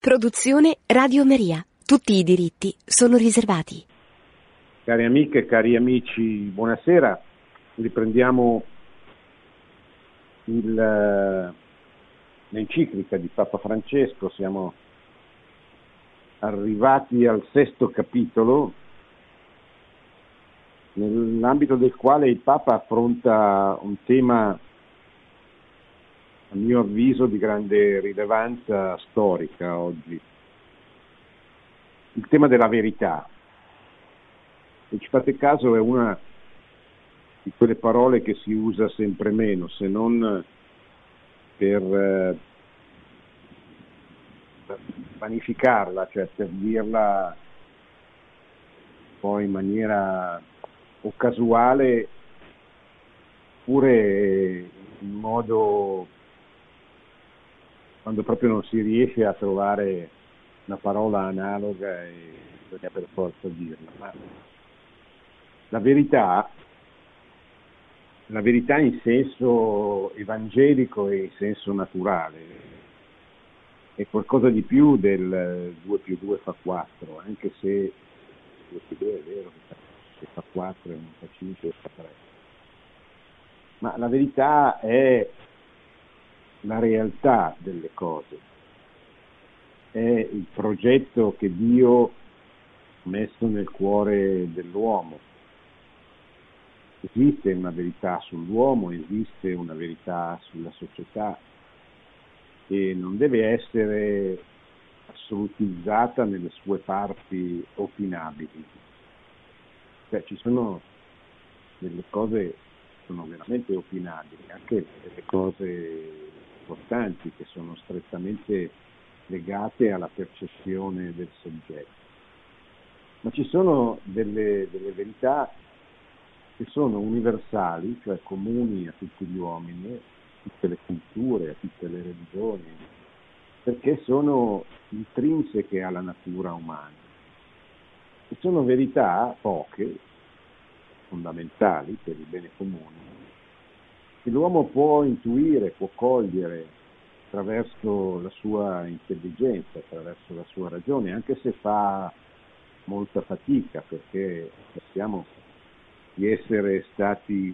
Produzione Radio Maria. Tutti i diritti sono riservati. Cari amiche e cari amici, buonasera. Riprendiamo l'enciclica di Papa Francesco. Siamo arrivati al 6° capitolo, nell'ambito del quale il Papa affronta un tema, a mio avviso, di grande rilevanza storica oggi. Il tema della verità. Se ci fate caso, è una di quelle parole che si usa sempre meno, se non per vanificarla, cioè per dirla poi in maniera o casuale oppure in modo quando proprio non si riesce a trovare una parola analoga e bisogna per forza dirla. Ma la verità in senso evangelico e in senso naturale è qualcosa di più del 2 più 2 fa 4, anche se 2 più 2 è vero che fa 4 e non fa 5 e fa 3. Ma la verità è la realtà delle cose, è il progetto che Dio ha messo nel cuore dell'uomo. Esiste una verità sull'uomo, esiste una verità sulla società e non deve essere assolutizzata nelle sue parti opinabili. Cioè, ci sono delle cose che sono veramente opinabili, anche delle cose importanti che sono strettamente legate alla percezione del soggetto. Ma ci sono delle verità che sono universali, cioè comuni a tutti gli uomini, a tutte le culture, a tutte le religioni, perché sono intrinseche alla natura umana. E sono verità poche, fondamentali per il bene comune, che l'uomo può intuire, può cogliere attraverso la sua intelligenza, attraverso la sua ragione, anche se fa molta fatica, perché sappiamo di essere stati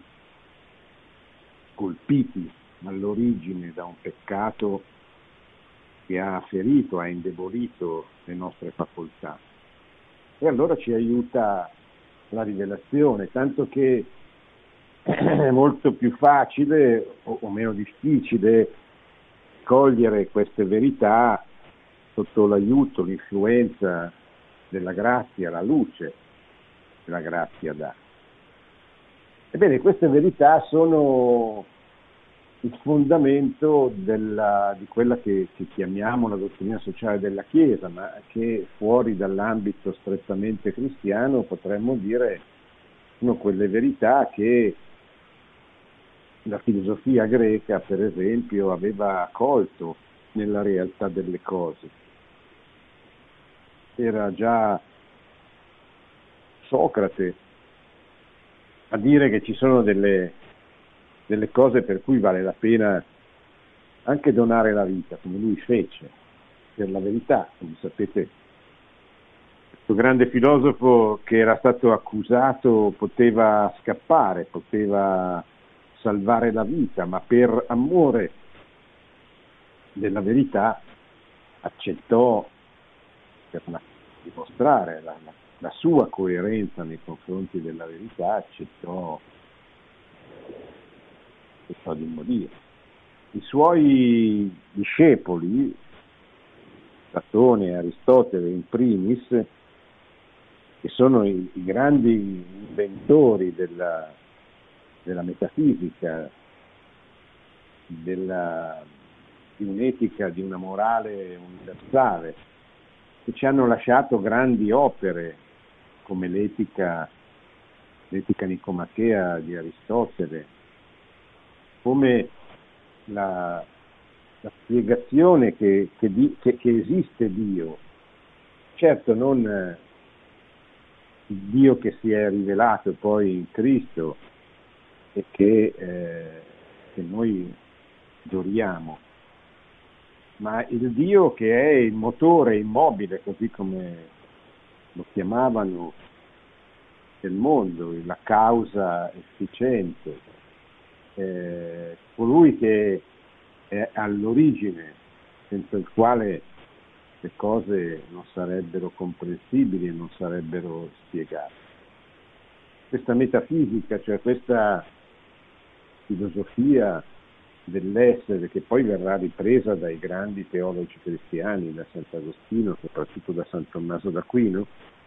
colpiti all'origine da un peccato che ha ferito, ha indebolito le nostre facoltà. E allora ci aiuta la rivelazione, tanto che è molto più facile o meno difficile cogliere queste verità sotto l'aiuto, l'influenza della grazia, la luce che la grazia dà. Ebbene, queste verità sono il fondamento di quella che chiamiamo la dottrina sociale della Chiesa, ma che fuori dall'ambito strettamente cristiano potremmo dire sono quelle verità che la filosofia greca, per esempio, aveva colto nella realtà delle cose. Era già Socrate a dire che ci sono delle cose per cui vale la pena anche donare la vita, come lui fece, per la verità. Come sapete, questo grande filosofo che era stato accusato poteva scappare, poteva salvare la vita, ma per amore della verità accettò, per dimostrare la sua coerenza nei confronti della verità, accettò di morire. I suoi discepoli, Platone e Aristotele in primis, che sono i grandi inventori della metafisica, di un'etica, di una morale universale, che ci hanno lasciato grandi opere come l'etica nicomachea di Aristotele, come la spiegazione che esiste Dio, certo non il Dio che si è rivelato poi in Cristo e che noi adoriamo, ma il Dio che è il motore immobile, così come lo chiamavano del mondo, la causa efficiente, colui che è all'origine, senza il quale le cose non sarebbero comprensibili e non sarebbero spiegate. Questa metafisica, cioè questa filosofia dell'essere, che poi verrà ripresa dai grandi teologi cristiani, da Sant'Agostino, soprattutto da San Tommaso d'Aquino,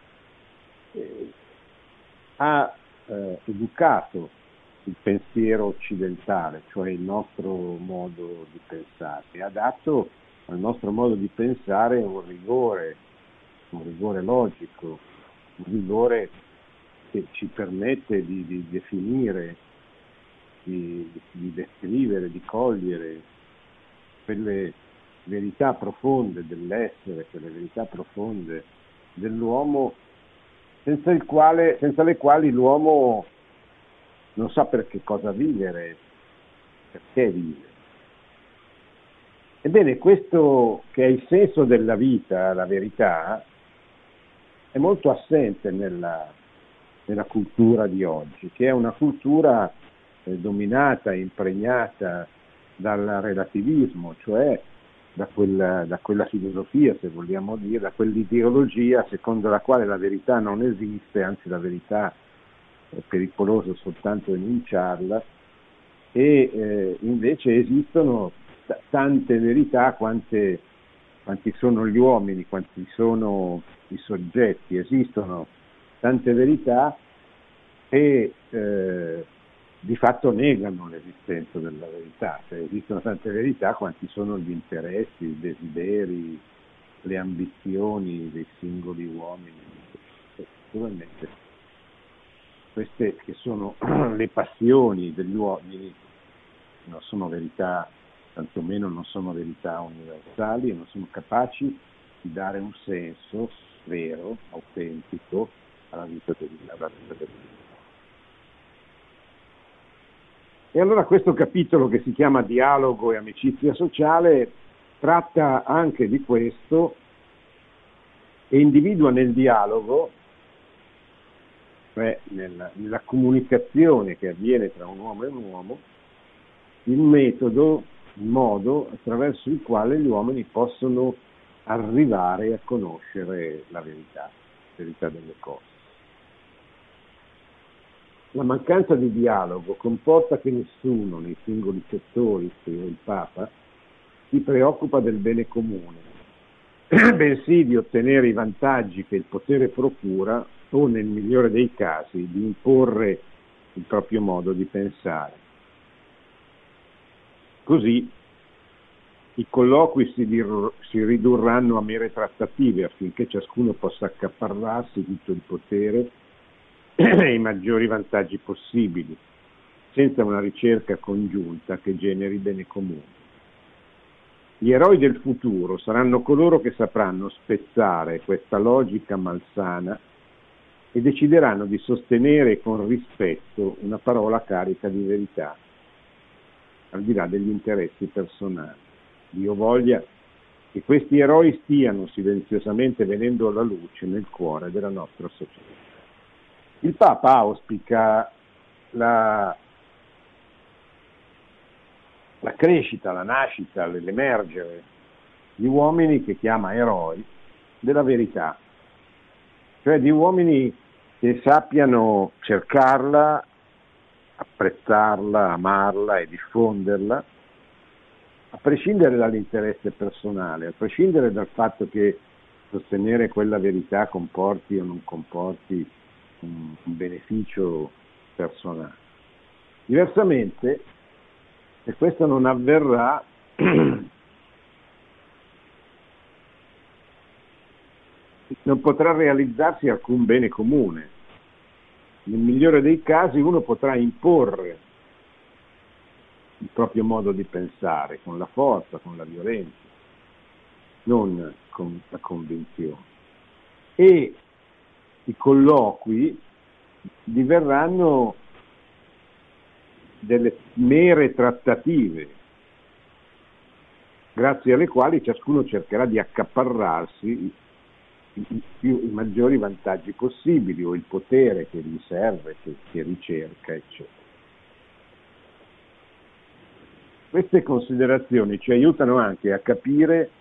ha educato il pensiero occidentale, cioè il nostro modo di pensare, e ha dato al nostro modo di pensare un rigore logico, un rigore che ci permette di definire, di descrivere, di cogliere quelle verità profonde dell'essere, quelle verità profonde dell'uomo, senza le quali l'uomo non sa per che cosa vivere, perché vivere. Ebbene, questo che è il senso della vita, la verità, è molto assente nella cultura di oggi, che è una cultura dominata, impregnata dal relativismo, cioè da quella filosofia, se vogliamo dire, da quell'ideologia secondo la quale la verità non esiste, anzi la verità è pericoloso soltanto enunciarla, e invece esistono tante verità quanti sono gli uomini, quanti sono i soggetti. Esistono tante verità e di fatto negano l'esistenza della verità, cioè esistono tante verità quanti sono gli interessi, i desideri, le ambizioni dei singoli uomini. Naturalmente queste che sono le passioni degli uomini non sono verità, tantomeno non sono verità universali, e non sono capaci di dare un senso vero, autentico alla vita dell'uomo. E allora questo capitolo, che si chiama Dialogo e amicizia sociale, tratta anche di questo e individua nel dialogo, cioè nella comunicazione che avviene tra un uomo e un uomo, il metodo, il modo attraverso il quale gli uomini possono arrivare a conoscere la verità delle cose. La mancanza di dialogo comporta che nessuno nei singoli settori, scrive il Papa, si preoccupa del bene comune, bensì di ottenere i vantaggi che il potere procura o, nel migliore dei casi, di imporre il proprio modo di pensare. Così i colloqui si ridurranno a mere trattative affinché ciascuno possa accaparrarsi tutto il potere e i maggiori vantaggi possibili, senza una ricerca congiunta che generi bene comune. Gli eroi del futuro saranno coloro che sapranno spezzare questa logica malsana e decideranno di sostenere con rispetto una parola carica di verità, al di là degli interessi personali. Dio voglia che questi eroi stiano silenziosamente venendo alla luce nel cuore della nostra società. Il Papa auspica la crescita, la nascita, l'emergere di uomini che chiama eroi della verità, cioè di uomini che sappiano cercarla, apprezzarla, amarla e diffonderla, a prescindere dall'interesse personale, a prescindere dal fatto che sostenere quella verità comporti o non comporti un beneficio personale. Diversamente, se questo non avverrà, non potrà realizzarsi alcun bene comune. Nel migliore dei casi uno potrà imporre il proprio modo di pensare con la forza, con la violenza, non con la convinzione. E i colloqui diverranno delle mere trattative grazie alle quali ciascuno cercherà di accaparrarsi i maggiori vantaggi possibili o il potere che gli serve, che ricerca, eccetera. Queste considerazioni ci aiutano anche a capire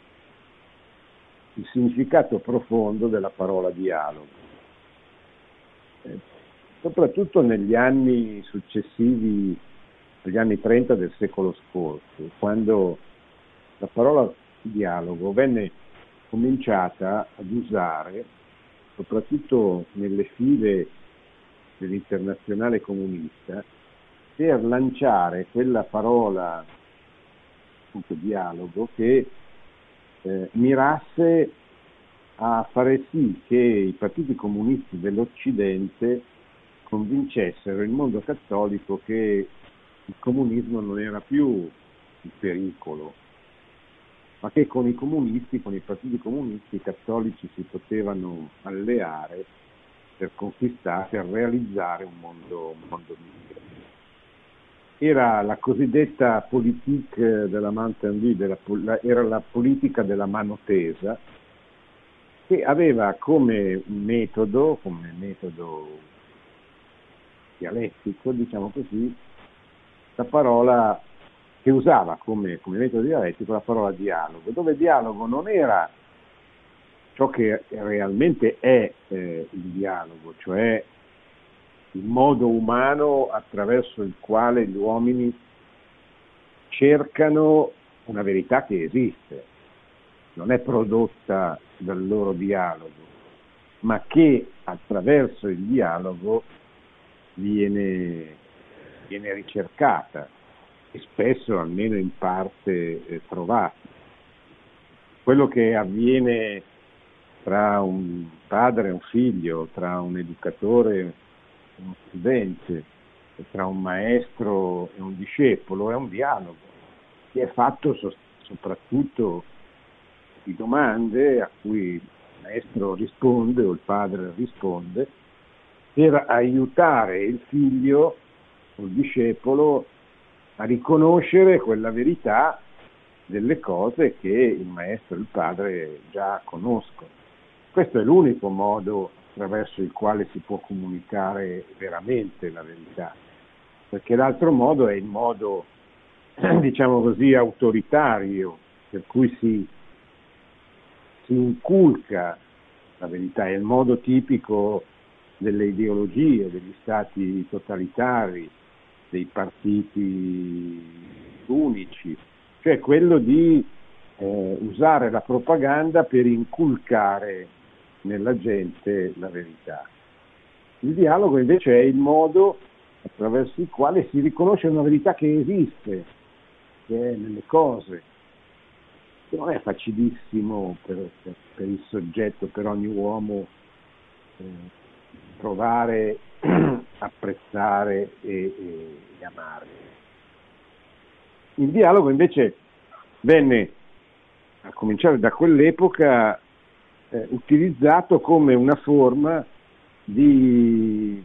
il significato profondo della parola dialogo, soprattutto negli anni successivi, negli anni 30 del secolo scorso, quando la parola dialogo venne cominciata ad usare, soprattutto nelle file dell'Internazionale comunista, per lanciare quella parola, appunto, dialogo, che mirasse a fare sì che i partiti comunisti dell'Occidente convincessero il mondo cattolico che il comunismo non era più il pericolo, ma che con i comunisti, con i partiti comunisti, i cattolici si potevano alleare per conquistare, per realizzare un mondo migliore. Era la cosiddetta politique della main tendue, era la politica della mano tesa, che aveva come metodo dialettico, diciamo così, la parola che usava come metodo dialettico la parola dialogo, dove dialogo non era ciò che realmente è il dialogo, cioè il modo umano attraverso il quale gli uomini cercano una verità che esiste, non è prodotta dal loro dialogo, ma che attraverso il dialogo viene ricercata e spesso, almeno in parte, trovata. Quello che avviene tra un padre e un figlio, tra un educatore e uno studente, tra un maestro e un discepolo, è un dialogo che è fatto soprattutto di domande a cui il maestro risponde o il padre risponde per aiutare il figlio o il discepolo a riconoscere quella verità delle cose che il maestro e il padre già conoscono. Questo è l'unico modo attraverso il quale si può comunicare veramente la verità, perché l'altro modo è il modo, diciamo così, autoritario, per cui si inculca la verità, è il modo tipico delle ideologie, degli stati totalitari, dei partiti unici, cioè quello di usare la propaganda per inculcare nella gente la verità. Il dialogo invece è il modo attraverso il quale si riconosce una verità che esiste, che è nelle cose, che non è facilissimo per il soggetto, per ogni uomo trovare, apprezzare e amare. Il dialogo invece venne, a cominciare da quell'epoca, utilizzato come una forma di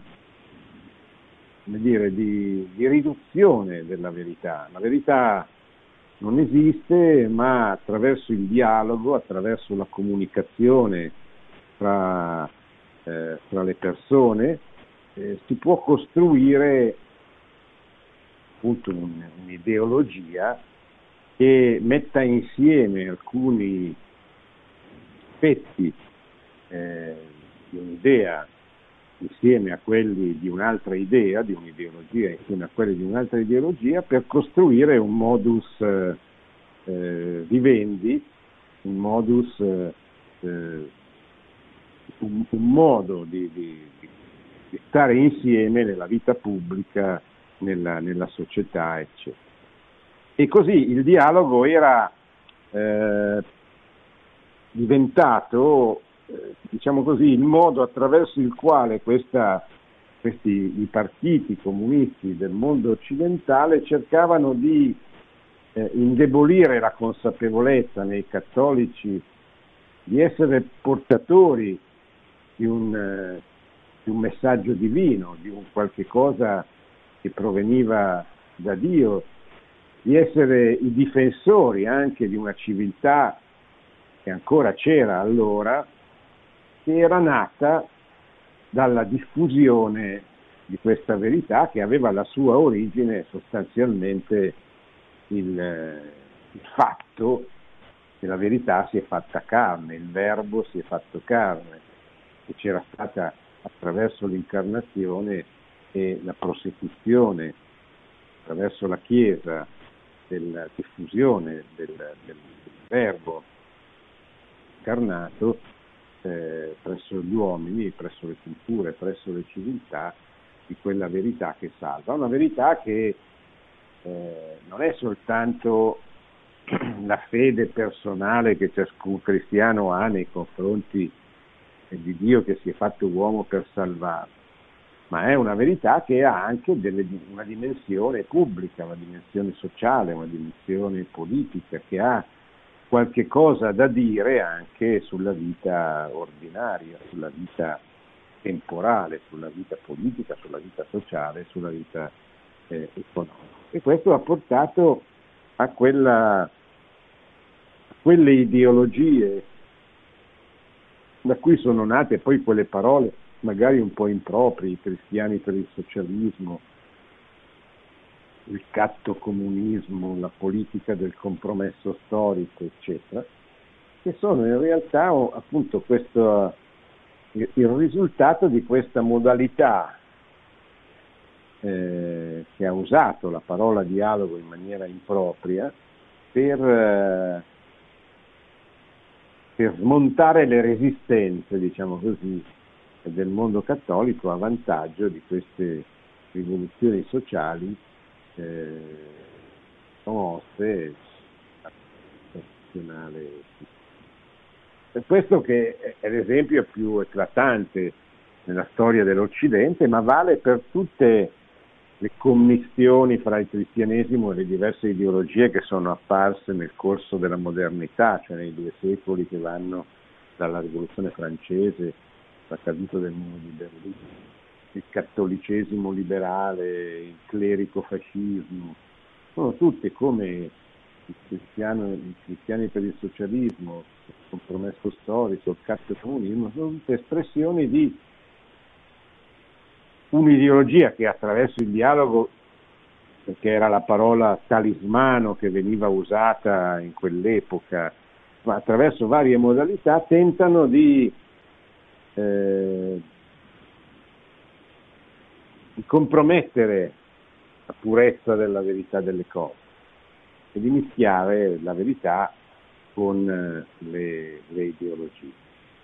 riduzione della verità. La verità non esiste, ma attraverso il dialogo, attraverso la comunicazione tra le persone, si può costruire appunto un'ideologia che metta insieme alcuni aspetti di un'idea insieme a quelli di un'altra idea, di un'ideologia insieme a quelli di un'altra ideologia, per costruire un modus vivendi, un modus, un modo di stare insieme nella vita pubblica, nella società, eccetera. E così il dialogo era diventato, diciamo così, il modo attraverso il quale i partiti comunisti del mondo occidentale cercavano di indebolire la consapevolezza nei cattolici di essere portatori di un messaggio divino, di un qualche cosa che proveniva da Dio di essere i difensori anche di una civiltà che ancora c'era allora, che era nata dalla diffusione di questa verità che aveva la sua origine sostanzialmente il fatto che la verità si è fatta carne, il verbo si è fatto carne, che c'era stata attraverso l'incarnazione e la prosecuzione attraverso la Chiesa della diffusione del verbo incarnato presso gli uomini, presso le culture, presso le civiltà, di quella verità che salva. Una verità che non è soltanto la fede personale che ciascun cristiano ha nei confronti di Dio che si è fatto uomo per salvarlo, ma è una verità che ha anche una dimensione pubblica, una dimensione sociale, una dimensione politica, che ha qualche cosa da dire anche sulla vita ordinaria, sulla vita temporale, sulla vita politica, sulla vita sociale, sulla vita economica. E questo ha portato a quelle ideologie da cui sono nate poi quelle parole magari un po' improprie, i cristiani per il socialismo, il cattocomunismo, la politica del compromesso storico, eccetera, che sono in realtà appunto il risultato di questa modalità che ha usato la parola dialogo in maniera impropria per smontare le resistenze, diciamo così, del mondo cattolico a vantaggio di queste rivoluzioni sociali promosse nazionale. Per questo che è l'esempio più eclatante nella storia dell'Occidente, ma vale per tutte le commistioni fra il cristianesimo e le diverse ideologie che sono apparse nel corso della modernità, cioè nei 2 secoli che vanno dalla rivoluzione francese, la caduta del muro di Berlino, il cattolicesimo liberale, il clericofascismo, sono tutte come i cristiani per il socialismo, il compromesso storico, il cattocomunismo, sono tutte espressioni di un'ideologia che attraverso il dialogo, perché era la parola talismano che veniva usata in quell'epoca, ma attraverso varie modalità tentano di compromettere la purezza della verità delle cose e di mischiare la verità con le ideologie.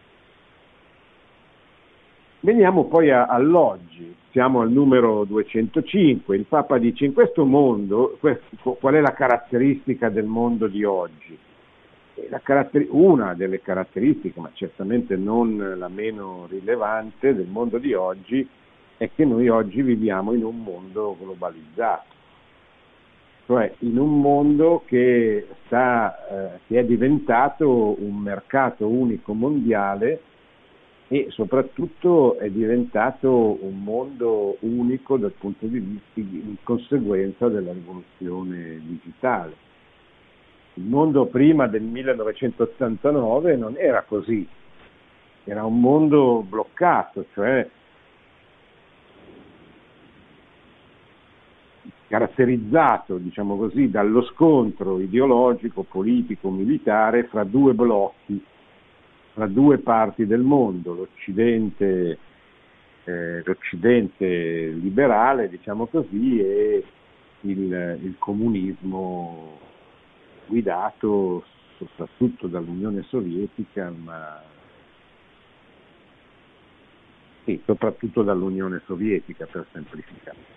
Veniamo poi all'oggi, siamo al numero 205, il Papa dice: in questo mondo, qual è la caratteristica del mondo di oggi? Una delle caratteristiche, ma certamente non la meno rilevante del mondo di oggi, è che noi oggi viviamo in un mondo globalizzato, cioè in un mondo che è diventato un mercato unico mondiale e soprattutto è diventato un mondo unico dal punto di vista in conseguenza della rivoluzione digitale. Il mondo prima del 1989 non era così, era un mondo bloccato, cioè caratterizzato, diciamo così, dallo scontro ideologico, politico, militare fra 2 blocchi, fra 2 parti del mondo, l'Occidente liberale, diciamo così, e il comunismo guidato soprattutto dall'Unione Sovietica, ma sì, soprattutto dall'Unione Sovietica, per semplificare.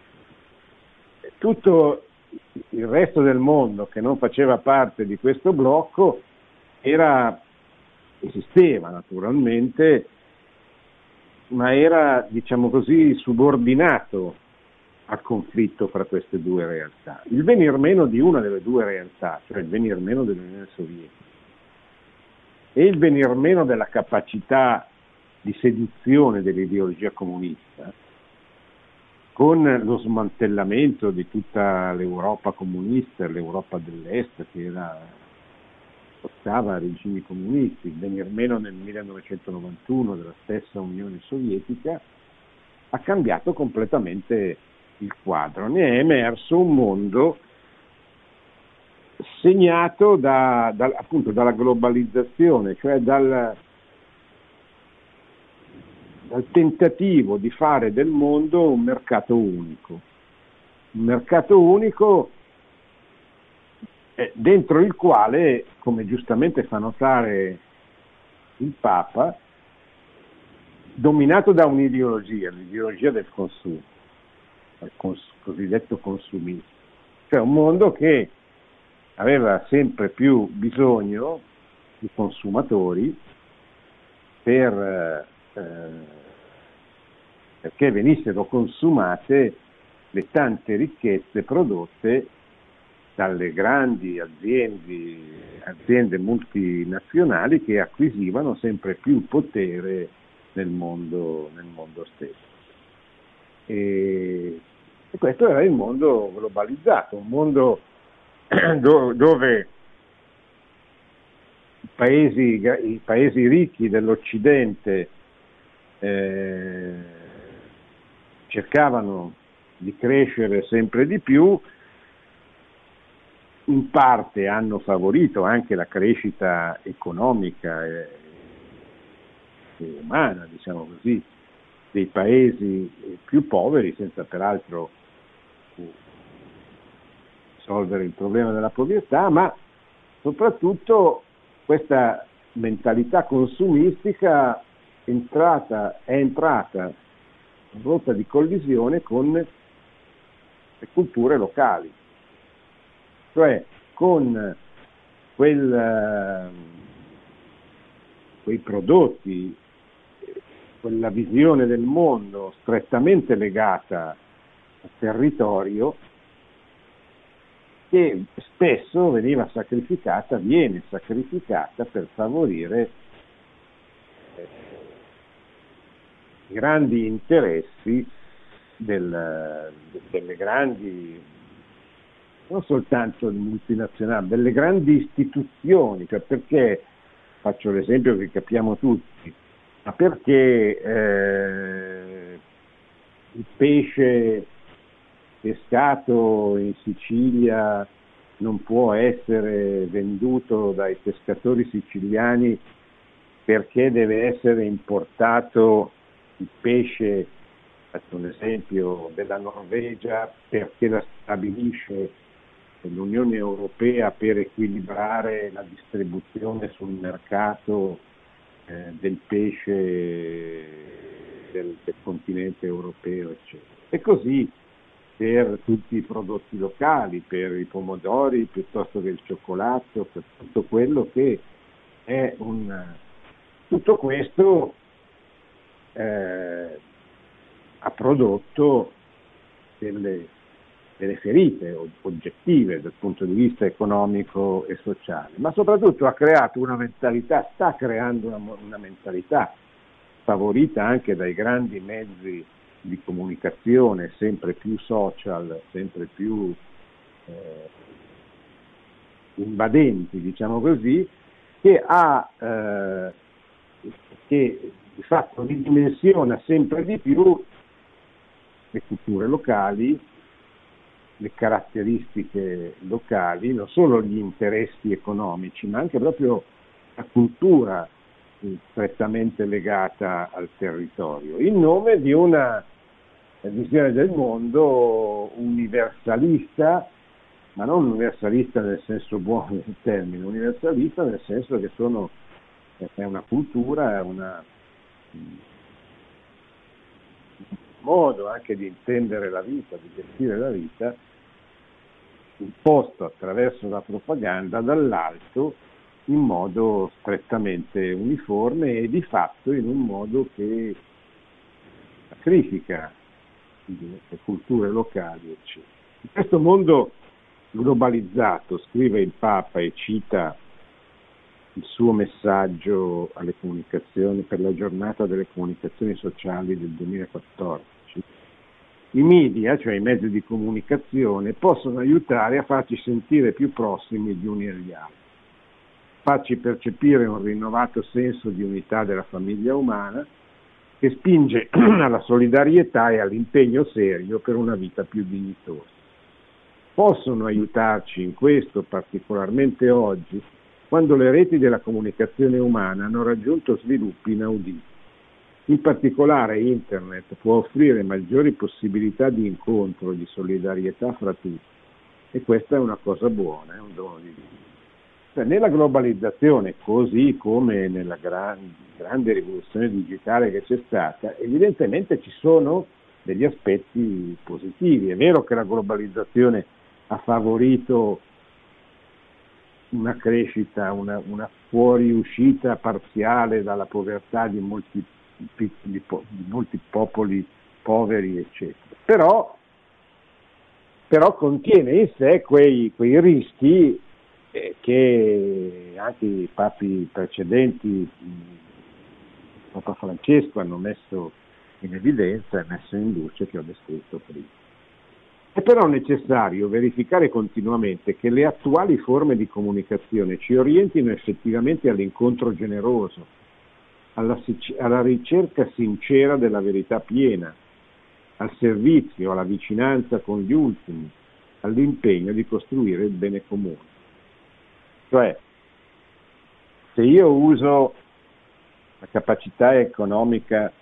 Tutto il resto del mondo che non faceva parte di questo blocco esisteva naturalmente, ma era, diciamo così, subordinato al conflitto fra queste 2 realtà. Il venir meno di una delle 2 realtà, cioè il venir meno dell'Unione Sovietica, e il venir meno della capacità di seduzione dell'ideologia comunista, con lo smantellamento di tutta l'Europa comunista, l'Europa dell'Est che portava a regimi comunisti, il venir meno nel 1991 della stessa Unione Sovietica, ha cambiato completamente il quadro. Ne è emerso un mondo segnato appunto dalla globalizzazione, cioè dal tentativo di fare del mondo un mercato unico dentro il quale, come giustamente fa notare il Papa, dominato da un'ideologia, l'ideologia del consumo, il cosiddetto consumismo, cioè un mondo che aveva sempre più bisogno di consumatori perché venissero consumate le tante ricchezze prodotte dalle grandi aziende multinazionali che acquisivano sempre più potere nel mondo stesso. E questo era il mondo globalizzato, un mondo dove i paesi ricchi dell'Occidente cercavano di crescere sempre di più, in parte hanno favorito anche la crescita economica e umana, diciamo così, dei paesi più poveri, senza peraltro risolvere il problema della povertà, ma soprattutto questa mentalità consumistica è entrata in rotta di collisione con le culture locali, cioè con quei prodotti, quella visione del mondo strettamente legata al territorio che spesso viene sacrificata per favorire i grandi interessi delle grandi, non soltanto multinazionali, delle grandi istituzioni, cioè perché, faccio l'esempio che capiamo tutti, ma perché il pesce pescato in Sicilia non può essere venduto dai pescatori siciliani perché deve essere importato il pesce, faccio un esempio, della Norvegia, perché la stabilisce l'Unione Europea per equilibrare la distribuzione sul mercato del pesce del continente europeo, eccetera. E così per tutti i prodotti locali, per i pomodori piuttosto che il cioccolato, per tutto quello che è tutto questo ha prodotto delle ferite oggettive dal punto di vista economico e sociale, ma soprattutto ha creato una mentalità, sta creando una mentalità favorita anche dai grandi mezzi di comunicazione, sempre più social, sempre più invadenti, diciamo così, che di fatto ridimensiona sempre di più le culture locali, le caratteristiche locali, non solo gli interessi economici, ma anche proprio la cultura strettamente legata al territorio, in nome di una visione del mondo universalista, ma non universalista nel senso buono del termine, universalista nel senso che è una cultura, è un modo anche di intendere la vita, di gestire la vita, imposto attraverso la propaganda dall'alto in modo strettamente uniforme e di fatto in un modo che sacrifica le culture locali, eccetera. In questo mondo globalizzato, scrive il Papa e cita il suo messaggio alle comunicazioni per la giornata delle comunicazioni sociali del 2014, I media, cioè i mezzi di comunicazione, possono aiutare a farci sentire più prossimi gli uni agli altri, farci percepire un rinnovato senso di unità della famiglia umana che spinge alla solidarietà e all'impegno serio per una vita più dignitosa. Possono aiutarci in questo particolarmente oggi, quando le reti della comunicazione umana hanno raggiunto sviluppi inauditi. In particolare Internet può offrire maggiori possibilità di incontro, di solidarietà fra tutti, e questa è una cosa buona, è un dono di Dio. Cioè, nella globalizzazione, così come nella grande rivoluzione digitale che c'è stata, evidentemente ci sono degli aspetti positivi. È vero che la globalizzazione ha favorito una crescita, una fuoriuscita parziale dalla povertà di molti popoli poveri, eccetera. Però contiene in sé quei rischi che anche i papi precedenti, Papa Francesco, hanno messo in evidenza e messo in luce, che ho descritto prima. È però necessario verificare continuamente che le attuali forme di comunicazione ci orientino effettivamente all'incontro generoso, alla ricerca sincera della verità piena, al servizio, alla vicinanza con gli ultimi, all'impegno di costruire il bene comune. Cioè, se io uso la capacità economica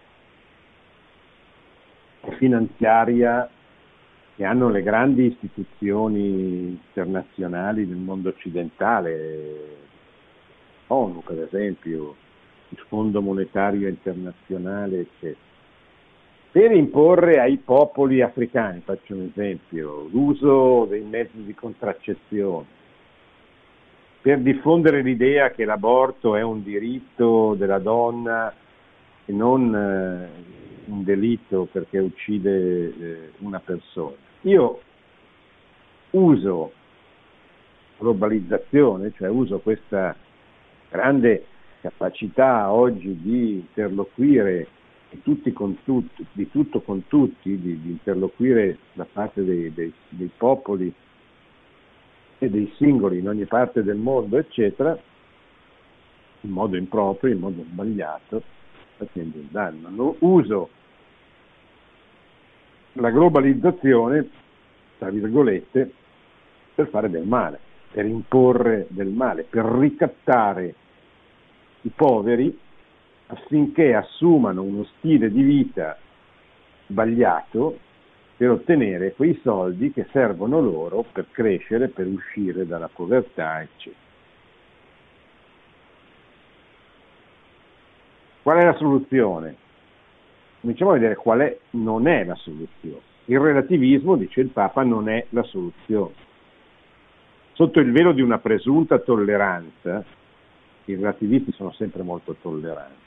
e finanziaria che hanno le grandi istituzioni internazionali del mondo occidentale, ONU per esempio, il Fondo Monetario Internazionale, eccetera, per imporre ai popoli africani, faccio un esempio, l'uso dei mezzi di contraccezione, per diffondere l'idea che l'aborto è un diritto della donna e non un delitto perché uccide una persona. Io uso globalizzazione, cioè uso questa grande capacità oggi di interloquire di tutto con tutti, di interloquire da parte dei popoli e dei singoli in ogni parte del mondo, eccetera, in modo improprio, in modo sbagliato, facendo un danno. Uso la globalizzazione, tra virgolette, per fare del male, per imporre del male, per ricattare i poveri affinché assumano uno stile di vita sbagliato per ottenere quei soldi che servono loro per crescere, per uscire dalla povertà, eccetera. Qual è la soluzione? Cominciamo a vedere quale non è la soluzione. Il relativismo, dice il Papa, non è la soluzione. Sotto il velo di una presunta tolleranza, i relativisti sono sempre molto tolleranti.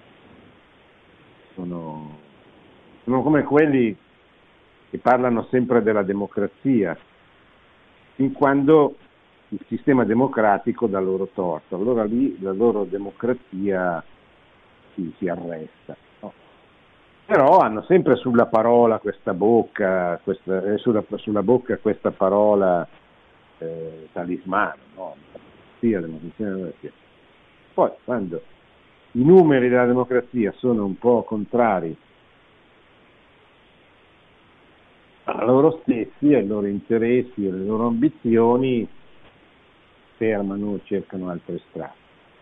Sono come quelli che parlano sempre della democrazia, fin quando il sistema democratico dà loro torto. Allora lì la loro democrazia si arresta. No? Però hanno sempre sulla parola questa bocca, sulla bocca questa parola talismano, no? Democrazia. Poi quando i numeri della democrazia sono un po' contrari a loro stessi, ai loro interessi, alle loro ambizioni, fermano, cercano altre strade.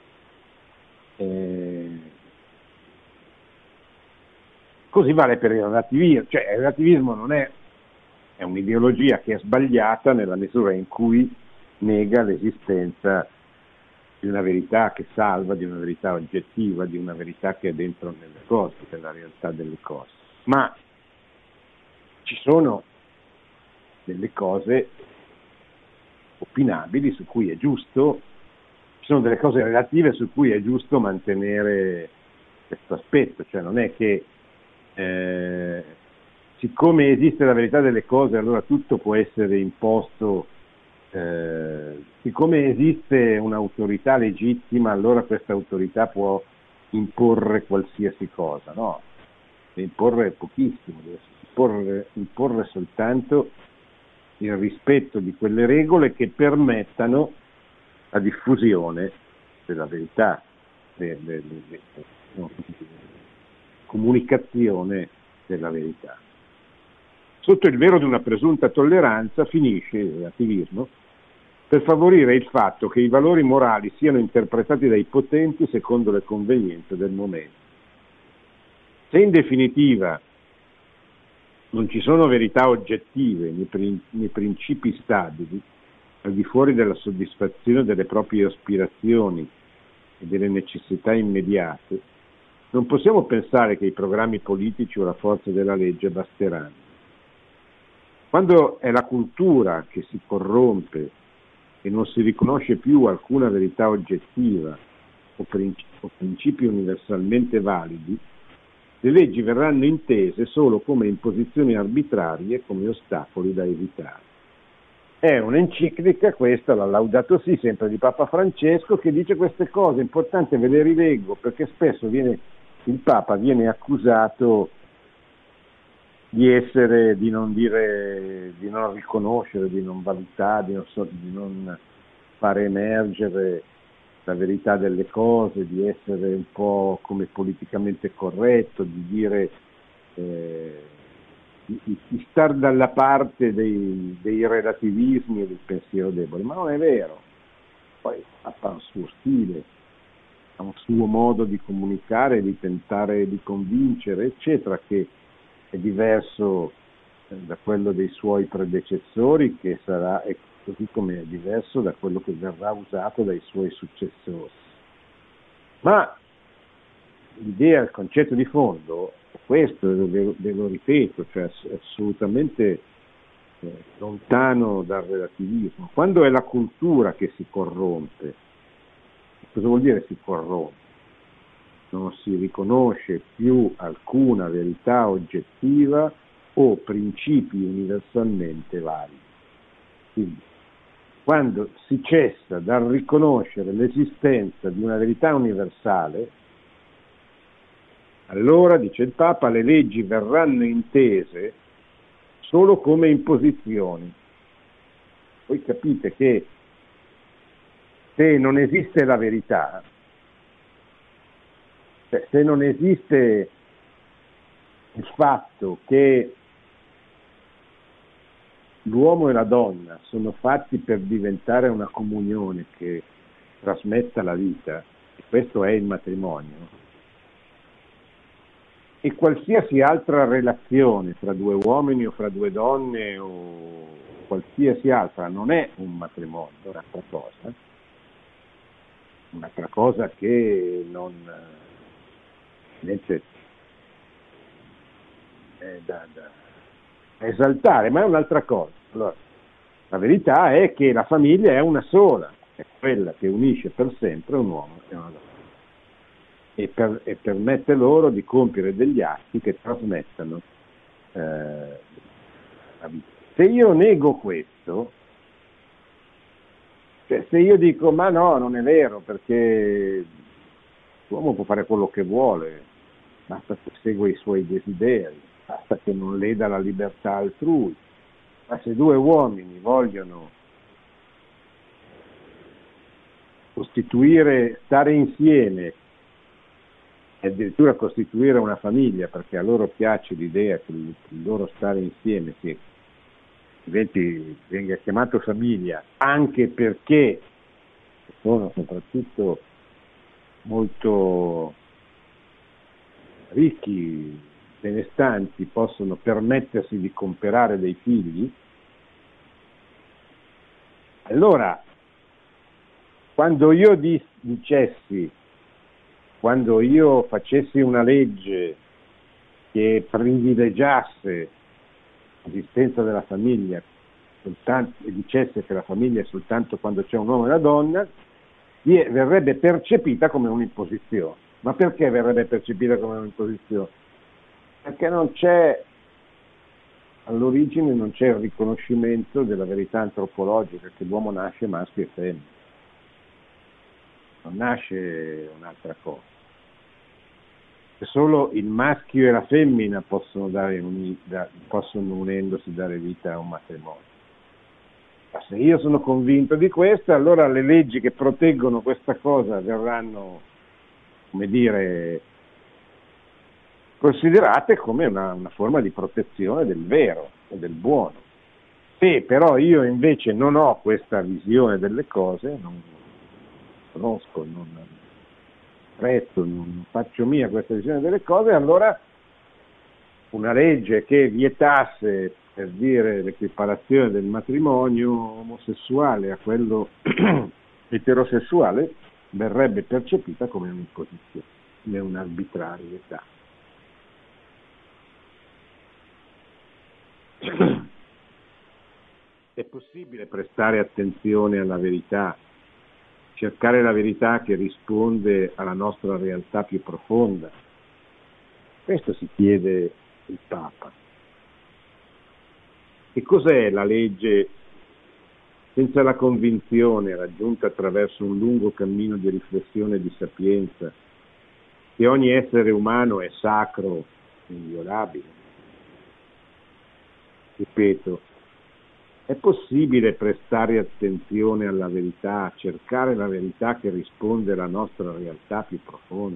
Così vale per il relativismo, cioè il relativismo non è un'ideologia che è sbagliata nella misura in cui nega l'esistenza di una verità che salva, di una verità oggettiva, di una verità che è dentro nelle cose, nella realtà delle cose. Ma ci sono delle cose opinabili su cui è giusto, ci sono delle cose relative su cui è giusto mantenere questo aspetto, cioè non è che siccome esiste la verità delle cose allora tutto può essere imposto, siccome esiste un'autorità legittima allora questa autorità può imporre qualsiasi cosa, no? imporre pochissimo, deve imporre soltanto il rispetto di quelle regole che permettano la diffusione della verità, comunicazione della verità. Sotto il velo di una presunta tolleranza finisce il relativismo per favorire il fatto che i valori morali siano interpretati dai potenti secondo le convenienze del momento. Se in definitiva non ci sono verità oggettive né principi stabili al di fuori della soddisfazione delle proprie aspirazioni e delle necessità immediate, non possiamo pensare che i programmi politici o la forza della legge basteranno. Quando è la cultura che si corrompe e non si riconosce più alcuna verità oggettiva o principi universalmente validi, le leggi verranno intese solo come imposizioni arbitrarie, come ostacoli da evitare. È un'enciclica questa, la Laudato Si, sempre di Papa Francesco, che dice queste cose, è importante, ve le rileggo, perché spesso il Papa viene accusato di non riconoscere, di non valutare, di non fare emergere la verità delle cose, di essere un po' come politicamente corretto, di dire di star dalla parte dei relativismi e del pensiero debole, ma non è vero. Poi ha un suo stile, ha un suo modo di comunicare, di tentare di convincere, eccetera, che è diverso da quello dei suoi predecessori, che sarà, così come è diverso da quello che verrà usato dai suoi successori. Ma l'idea, il concetto di fondo è questo, ve lo ripeto, cioè è assolutamente lontano dal relativismo. Quando è la cultura che si corrompe, cosa vuol dire si corrompe? Non si riconosce più alcuna verità oggettiva o principi universalmente validi. Quindi, quando si cessa dal riconoscere l'esistenza di una verità universale, allora, dice il Papa, le leggi verranno intese solo come imposizioni. Voi capite che se non esiste la verità, se non esiste il fatto che l'uomo e la donna sono fatti per diventare una comunione che trasmetta la vita, e questo è il matrimonio, e qualsiasi altra relazione tra due uomini o fra due donne o qualsiasi altra non è un matrimonio, è un'altra cosa che non invece è da esaltare, ma è un'altra cosa. Allora, la verità è che la famiglia è una sola, è quella che unisce per sempre un uomo e una donna e permette loro di compiere degli atti che trasmettano la vita. Se io nego questo, cioè se io dico ma no, non è vero, perché l'uomo può fare quello che vuole, basta che segua i suoi desideri, basta che non leda la libertà altrui, ma se due uomini vogliono stare insieme e addirittura costituire una famiglia, perché a loro piace l'idea che il loro stare insieme venga chiamato famiglia, anche perché sono soprattutto molto ricchi, benestanti, possono permettersi di comperare dei figli, allora quando io facessi una legge che privilegiasse l'esistenza della famiglia soltanto, e dicesse che la famiglia è soltanto quando c'è un uomo e una donna, verrebbe percepita come un'imposizione. Ma perché verrebbe percepita come un'imposizione? Perché all'origine non c'è il riconoscimento della verità antropologica, che l'uomo nasce maschio e femmina, non nasce un'altra cosa. solo il maschio e la femmina possono unendosi dare vita a un matrimonio. Ma se io sono convinto di questo, allora le leggi che proteggono questa cosa verranno, come dire, considerate come una forma di protezione del vero e del buono. Se però io invece non ho questa visione delle cose, non conosco, non faccio mia questa visione delle cose, allora una legge che vietasse, per dire, l'equiparazione del matrimonio omosessuale a quello eterosessuale verrebbe percepita come un'imposizione, come un'arbitrarietà. È possibile prestare attenzione alla verità, cercare la verità che risponde alla nostra realtà più profonda? Questo si chiede il Papa. Che cos'è la legge senza la convinzione raggiunta attraverso un lungo cammino di riflessione e di sapienza che ogni essere umano è sacro e inviolabile? Ripeto, è possibile prestare attenzione alla verità, cercare la verità che risponde alla nostra realtà più profonda?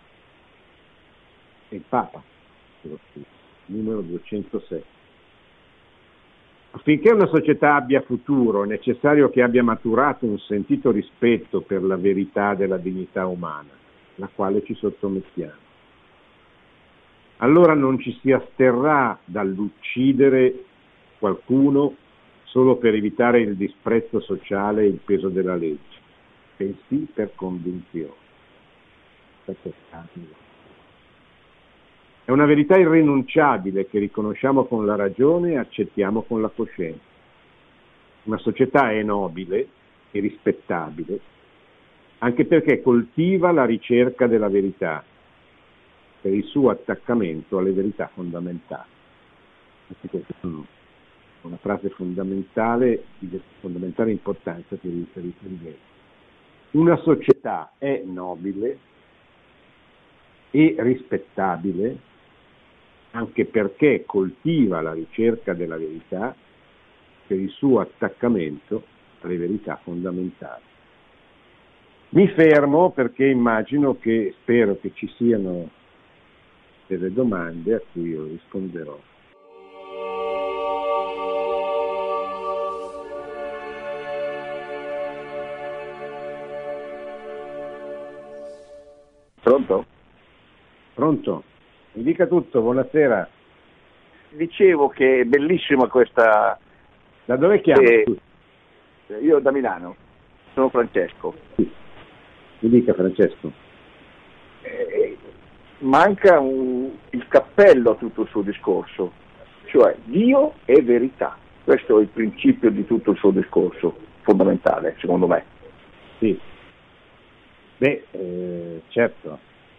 È il Papa, numero 206. Affinché una società abbia futuro, è necessario che abbia maturato un sentito rispetto per la verità della dignità umana, alla quale ci sottomettiamo. Allora non ci si asterrà dall'uccidere qualcuno solo per evitare il disprezzo sociale e il peso della legge, bensì per convinzione. È una verità irrinunciabile che riconosciamo con la ragione e accettiamo con la coscienza. Una società è nobile e rispettabile anche perché coltiva la ricerca della verità per il suo attaccamento alle verità fondamentali. Questa è una frase fondamentale, di fondamentale importanza che riferisce in Ghezzi. Una società è nobile e rispettabile anche perché coltiva la ricerca della verità per il suo attaccamento alle verità fondamentali. Mi fermo perché spero che ci siano delle domande a cui io risponderò. Pronto? Pronto? Mi dica tutto, buonasera. Dicevo che è bellissima questa... Da dove chiama? Io da Milano, sono Francesco. Sì. Mi dica, Francesco. Manca il cappello a tutto il suo discorso, cioè Dio è verità. Questo è il principio di tutto il suo discorso, fondamentale, secondo me. Sì. Certo.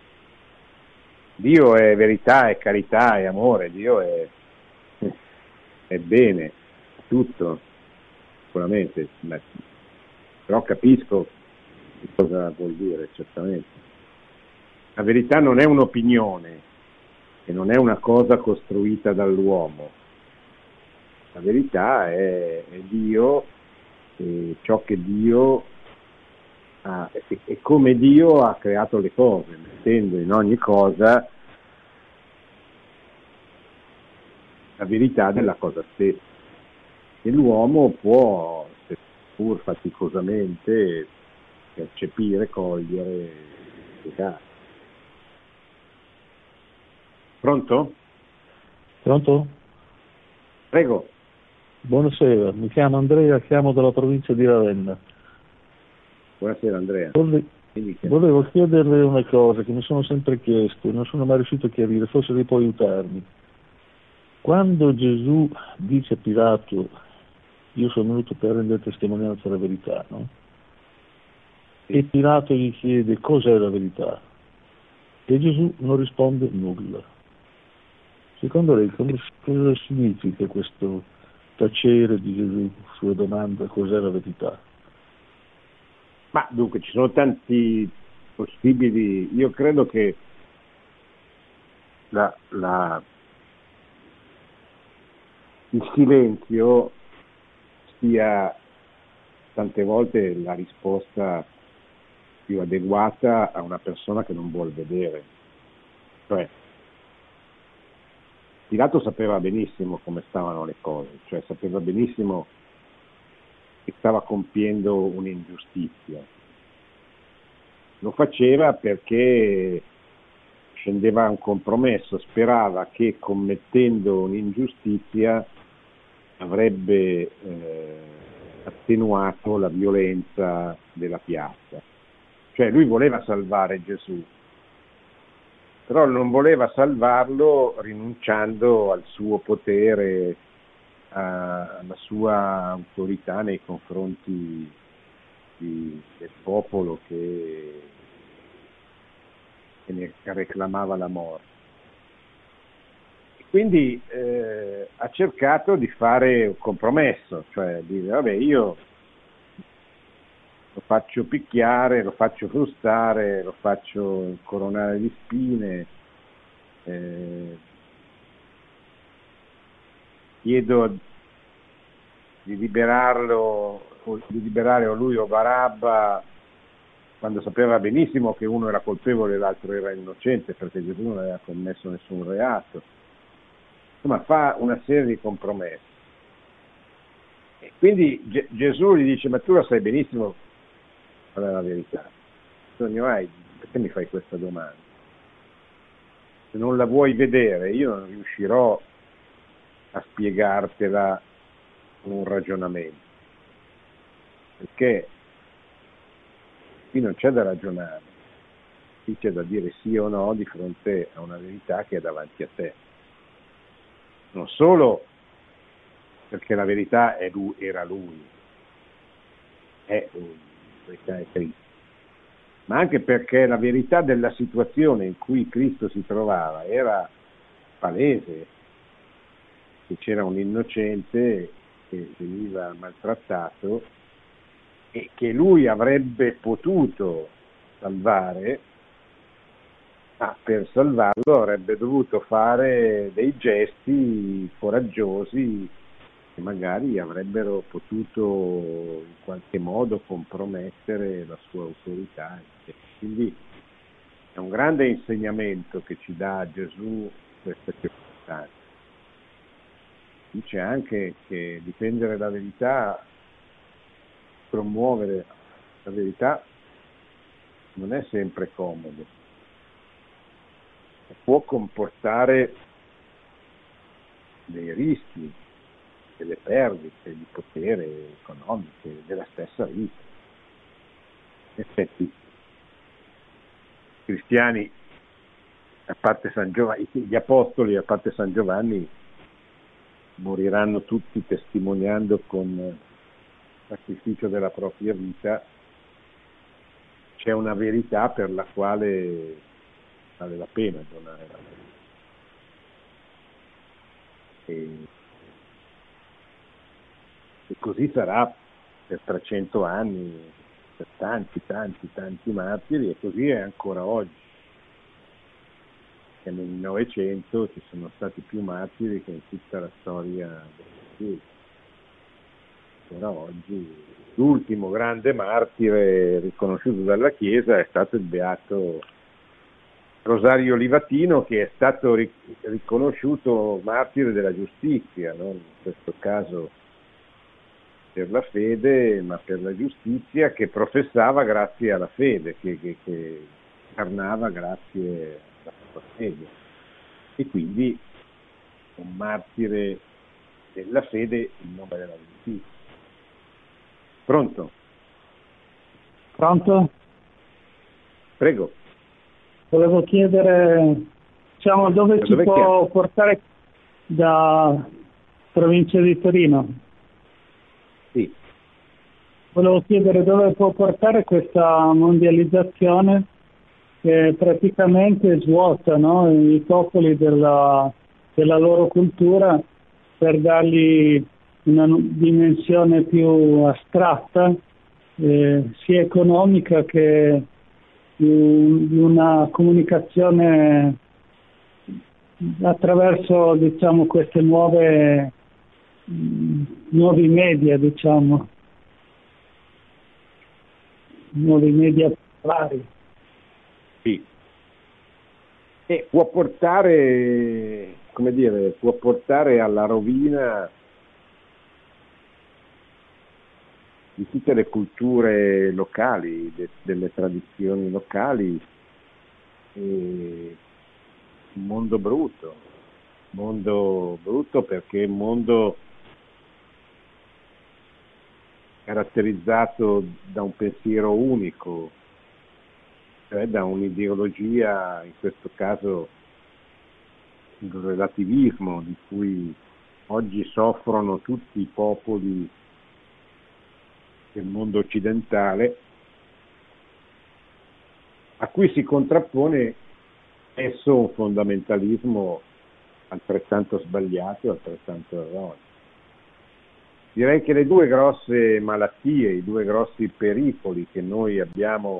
Dio è verità, è carità, è amore, Dio è bene, tutto, sicuramente, però capisco cosa vuol dire, certamente. La verità non è un'opinione e non è una cosa costruita dall'uomo. La verità è Dio, e ciò che Dio e come Dio ha creato le cose, mettendo in ogni cosa la verità della cosa stessa. E l'uomo può, seppur faticosamente, percepire, cogliere, spiegare. Pronto? Pronto? Prego. Buonasera, mi chiamo Andrea, chiamo dalla provincia di Ravenna. Buonasera Andrea. Volevo chiederle una cosa che mi sono sempre chiesto, non sono mai riuscito a chiarire, forse lei può aiutarmi. Quando Gesù dice a Pilato, io sono venuto per rendere testimonianza della verità, no? E Pilato gli chiede cos'è la verità, e Gesù non risponde nulla. Secondo lei cosa significa questo tacere di Gesù sulla domanda cos'è la verità? Ma dunque ci sono tanti possibili, io credo che il silenzio sia tante volte la risposta più adeguata a una persona che non vuol vedere. Cioè, Pilato sapeva benissimo come stavano le cose, cioè sapeva benissimo che stava compiendo un'ingiustizia. Lo faceva perché scendeva a un compromesso, sperava che commettendo un'ingiustizia avrebbe attenuato la violenza della piazza. Cioè lui voleva salvare Gesù, però non voleva salvarlo rinunciando al suo potere, alla sua autorità nei confronti del popolo che ne reclamava la morte. Quindi ha cercato di fare un compromesso, cioè dire vabbè, io lo faccio picchiare, lo faccio frustare, lo faccio coronare di spine, chiedo di liberare o lui o Barabba, quando sapeva benissimo che uno era colpevole e l'altro era innocente perché Gesù non aveva commesso nessun reato. Insomma, fa una serie di compromessi. E quindi Gesù gli dice: ma tu lo sai benissimo qual è la verità, bisogno hai, perché mi fai questa domanda? Se non la vuoi vedere, io non riuscirò a spiegartela con un ragionamento, perché qui non c'è da ragionare, qui c'è da dire sì o no di fronte a una verità che è davanti a te. Non solo perché la verità era lui, è lui, la verità è Cristo, ma anche perché la verità della situazione in cui Cristo si trovava era palese, che c'era un innocente che veniva maltrattato e che lui avrebbe potuto salvare, ma per salvarlo avrebbe dovuto fare dei gesti coraggiosi che magari avrebbero potuto in qualche modo compromettere la sua autorità. Quindi è un grande insegnamento che ci dà Gesù queste circostanze. Dice anche che difendere la verità, promuovere la verità, non è sempre comodo. Può comportare dei rischi, delle perdite di potere economiche, della stessa vita. In effetti, i cristiani, a parte San Giovanni, gli apostoli, a parte San Giovanni, moriranno tutti testimoniando con il sacrificio della propria vita. C'è una verità per la quale vale la pena donare la vita. E così sarà per 300 anni, per tanti martiri, e così è ancora oggi. E nel Novecento ci sono stati più martiri che in tutta la storia della Chiesa. Ancora oggi l'ultimo grande martire riconosciuto dalla Chiesa è stato il beato Rosario Livatino, che è stato riconosciuto martire della giustizia, no? In questo caso per la fede, ma per la giustizia, che professava grazie alla fede, che incarnava grazie alla sua fede. E quindi un martire della fede in nome della giustizia. Pronto? Pronto? Prego. Volevo chiedere, dove ci può portare da provincia di Torino? Sì. Volevo chiedere dove può portare questa mondializzazione che praticamente svuota, no, i popoli della loro cultura per dargli una dimensione più astratta, sia economica che di una comunicazione attraverso, diciamo, queste nuovi media, diciamo, nuovi media vari. Sì. E può portare, come dire, può portare alla rovina di tutte le culture locali, delle tradizioni locali, e un mondo brutto perché è un mondo caratterizzato da un pensiero unico, cioè da un'ideologia, in questo caso il relativismo, di cui oggi soffrono tutti i popoli del mondo occidentale, a cui si contrappone spesso un fondamentalismo altrettanto sbagliato e altrettanto erroneo. Direi che le due grosse malattie, i due grossi pericoli che noi abbiamo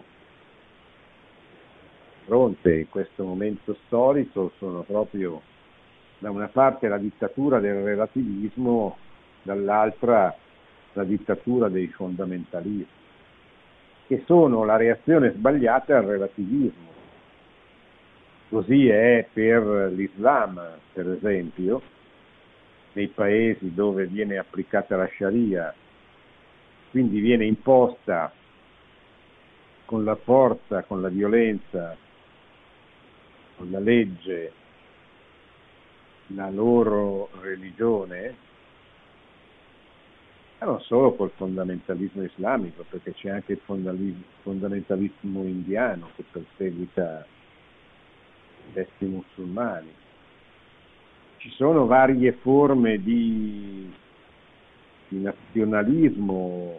di fronte in questo momento storico sono proprio, da una parte, la dittatura del relativismo, dall'altra la dittatura dei fondamentalismi, che sono la reazione sbagliata al relativismo. Così è per l'Islam, per esempio, nei paesi dove viene applicata la Sharia, quindi viene imposta con la forza, con la violenza, con la legge, la loro religione, ma non solo col fondamentalismo islamico, perché c'è anche il fondamentalismo indiano che perseguita i testi musulmani. Ci sono varie forme di nazionalismo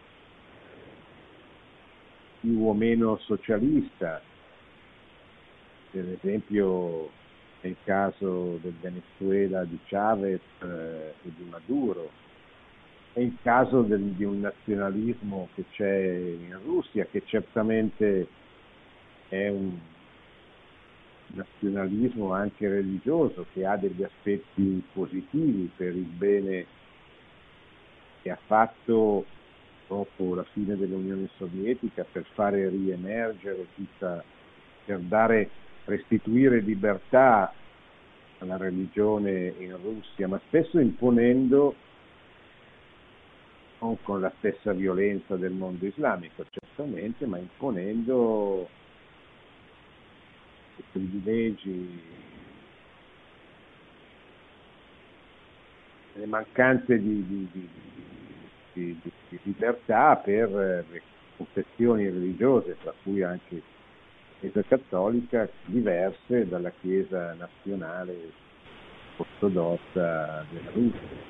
più o meno socialista, per esempio nel caso del Venezuela di Chavez e di Maduro, è il caso di un nazionalismo che c'è in Russia, che certamente è un nazionalismo anche religioso, che ha degli aspetti positivi per il bene che ha fatto dopo la fine dell'Unione Sovietica per fare riemergere per restituire libertà alla religione in Russia, ma spesso imponendo, non con la stessa violenza del mondo islamico certamente, ma imponendo i privilegi, le mancanze di libertà per le confessioni religiose, tra cui anche la Chiesa cattolica, diverse dalla Chiesa nazionale ortodossa della Russia.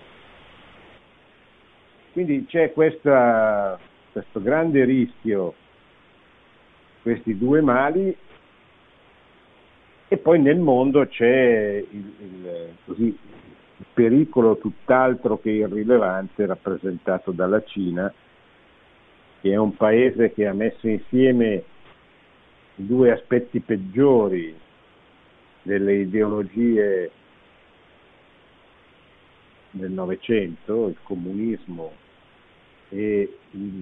Quindi c'è questo grande rischio, questi due mali, e poi nel mondo c'è il pericolo tutt'altro che irrilevante rappresentato dalla Cina, che è un paese che ha messo insieme i due aspetti peggiori delle ideologie del Novecento, il comunismo e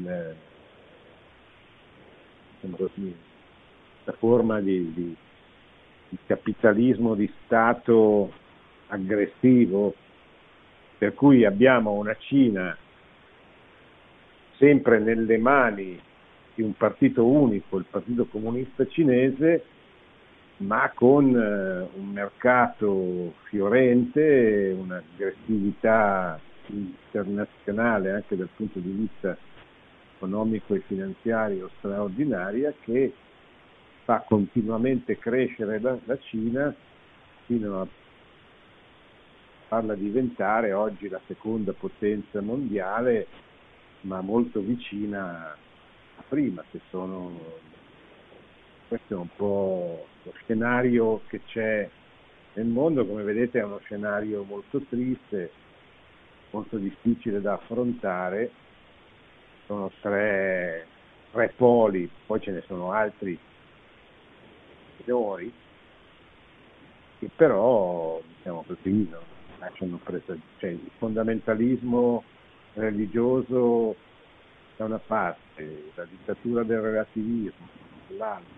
la forma di capitalismo di Stato aggressivo, per cui abbiamo una Cina sempre nelle mani di un partito unico, il Partito Comunista Cinese, ma con un mercato fiorente, un'aggressività internazionale anche dal punto di vista economico e finanziario straordinaria, che fa continuamente crescere la Cina fino a farla diventare oggi la seconda potenza mondiale, ma molto vicina a prima, questo è un po' lo scenario che c'è nel mondo. Come vedete è uno scenario molto triste, molto difficile da affrontare. Sono tre poli, poi ce ne sono altri minori, che però, diciamo così, non lasciano cioè il fondamentalismo religioso da una parte, la dittatura del relativismo dall'altra,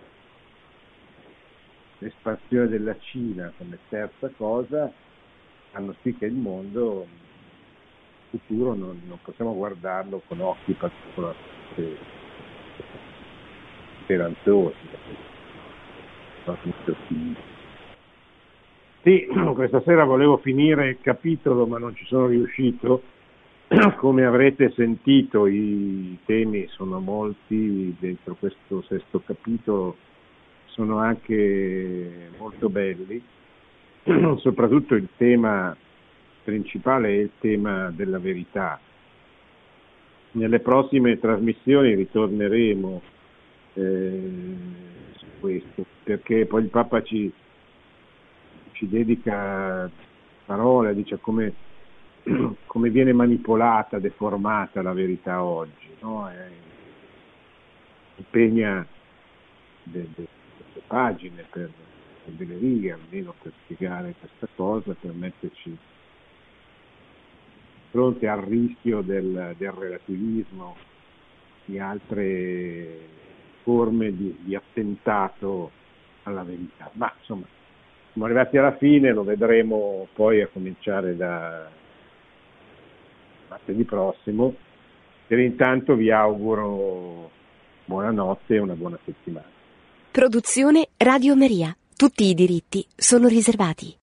l'espansione della Cina come terza cosa, fanno sì che il mondo in futuro non possiamo guardarlo con occhi particolarmente speranzosi. Sì, questa sera volevo finire il capitolo, ma non ci sono riuscito. Come avrete sentito, i temi sono molti dentro questo sesto capitolo, sono anche molto belli, soprattutto il tema principale è il tema della verità. Nelle prossime trasmissioni ritorneremo su questo, perché poi il Papa ci dedica parole, dice come viene manipolata, deformata la verità oggi, no? Impegna delle pagine, per delle righe almeno, per spiegare questa cosa, per metterci di fronte al rischio del relativismo, di altre forme di attentato alla verità. Ma insomma, siamo arrivati alla fine, lo vedremo poi a cominciare da martedì prossimo. Per intanto vi auguro buonanotte e una buona settimana. Produzione Radio Maria. Tutti i diritti sono riservati.